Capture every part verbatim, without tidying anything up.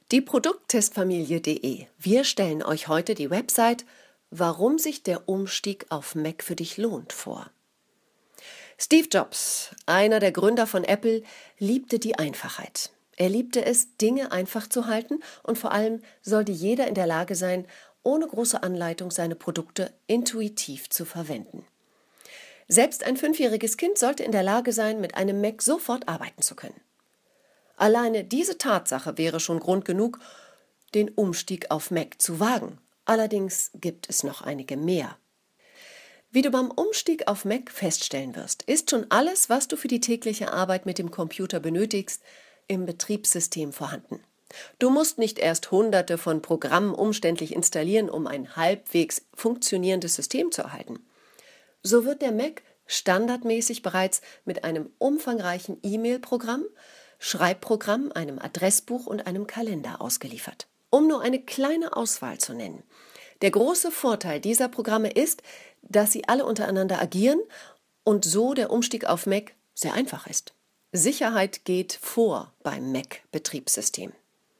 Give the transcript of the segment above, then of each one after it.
Die Produkttestfamilie punkt de. Wir stellen euch heute die Website Warum sich der Umstieg auf Mac für dich lohnt vor. Steve Jobs, einer der Gründer von Apple, liebte die Einfachheit. Er liebte es, Dinge einfach zu halten und vor allem sollte jeder in der Lage sein, ohne große Anleitung seine Produkte intuitiv zu verwenden. Selbst ein fünfjähriges Kind sollte in der Lage sein, mit einem Mac sofort arbeiten zu können. Alleine diese Tatsache wäre schon Grund genug, den Umstieg auf Mac zu wagen. Allerdings gibt es noch einige mehr. Wie du beim Umstieg auf Mac feststellen wirst, ist schon alles, was du für die tägliche Arbeit mit dem Computer benötigst, im Betriebssystem vorhanden. Du musst nicht erst hunderte von Programmen umständlich installieren, um ein halbwegs funktionierendes System zu erhalten. So wird der Mac standardmäßig bereits mit einem umfangreichen E-Mail-Programm, Schreibprogramm, einem Adressbuch und einem Kalender ausgeliefert. Um nur eine kleine Auswahl zu nennen. Der große Vorteil dieser Programme ist, dass sie alle untereinander agieren und so der Umstieg auf Mac sehr einfach ist. Sicherheit geht vor beim Mac-Betriebssystem.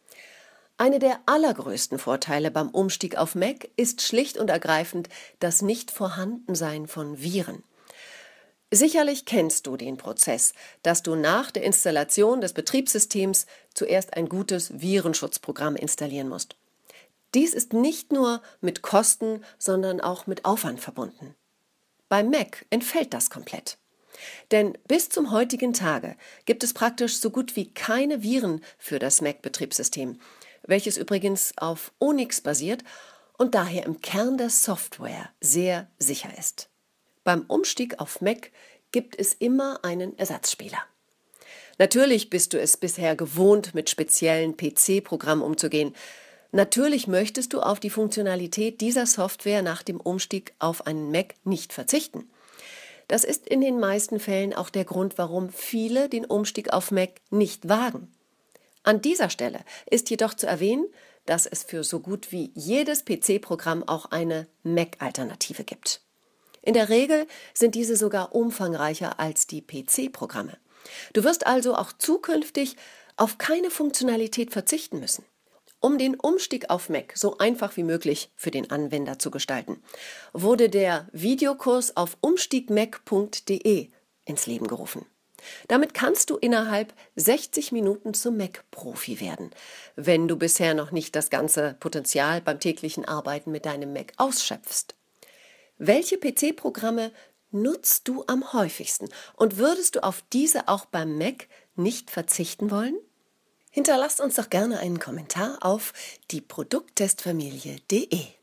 Eine der allergrößten Vorteile beim Umstieg auf Mac ist schlicht und ergreifend das Nichtvorhandensein von Viren. Sicherlich kennst du den Prozess, dass du nach der Installation des Betriebssystems zuerst ein gutes Virenschutzprogramm installieren musst. Dies ist nicht nur mit Kosten, sondern auch mit Aufwand verbunden. Beim Mac entfällt das komplett. Denn bis zum heutigen Tage gibt es praktisch so gut wie keine Viren für das Mac-Betriebssystem, welches übrigens auf Unix basiert und daher im Kern der Software sehr sicher ist. Beim Umstieg auf Mac gibt es immer einen Ersatzspieler. Natürlich bist du es bisher gewohnt, mit speziellen P C-Programmen umzugehen. Natürlich möchtest du auf die Funktionalität dieser Software nach dem Umstieg auf einen Mac nicht verzichten. Das ist in den meisten Fällen auch der Grund, warum viele den Umstieg auf Mac nicht wagen. An dieser Stelle ist jedoch zu erwähnen, dass es für so gut wie jedes P C-Programm auch eine Mac-Alternative gibt. In der Regel sind diese sogar umfangreicher als die P C-Programme. Du wirst also auch zukünftig auf keine Funktionalität verzichten müssen. Um den Umstieg auf Mac so einfach wie möglich für den Anwender zu gestalten, wurde der Videokurs auf umstieg mac punkt de ins Leben gerufen. Damit kannst du innerhalb sechzig Minuten zum Mac-Profi werden, wenn du bisher noch nicht das ganze Potenzial beim täglichen Arbeiten mit deinem Mac ausschöpfst. Welche P C-Programme nutzt du am häufigsten und würdest du auf diese auch beim Mac nicht verzichten wollen? Hinterlasst uns doch gerne einen Kommentar auf die Produkttestfamilie punkt de.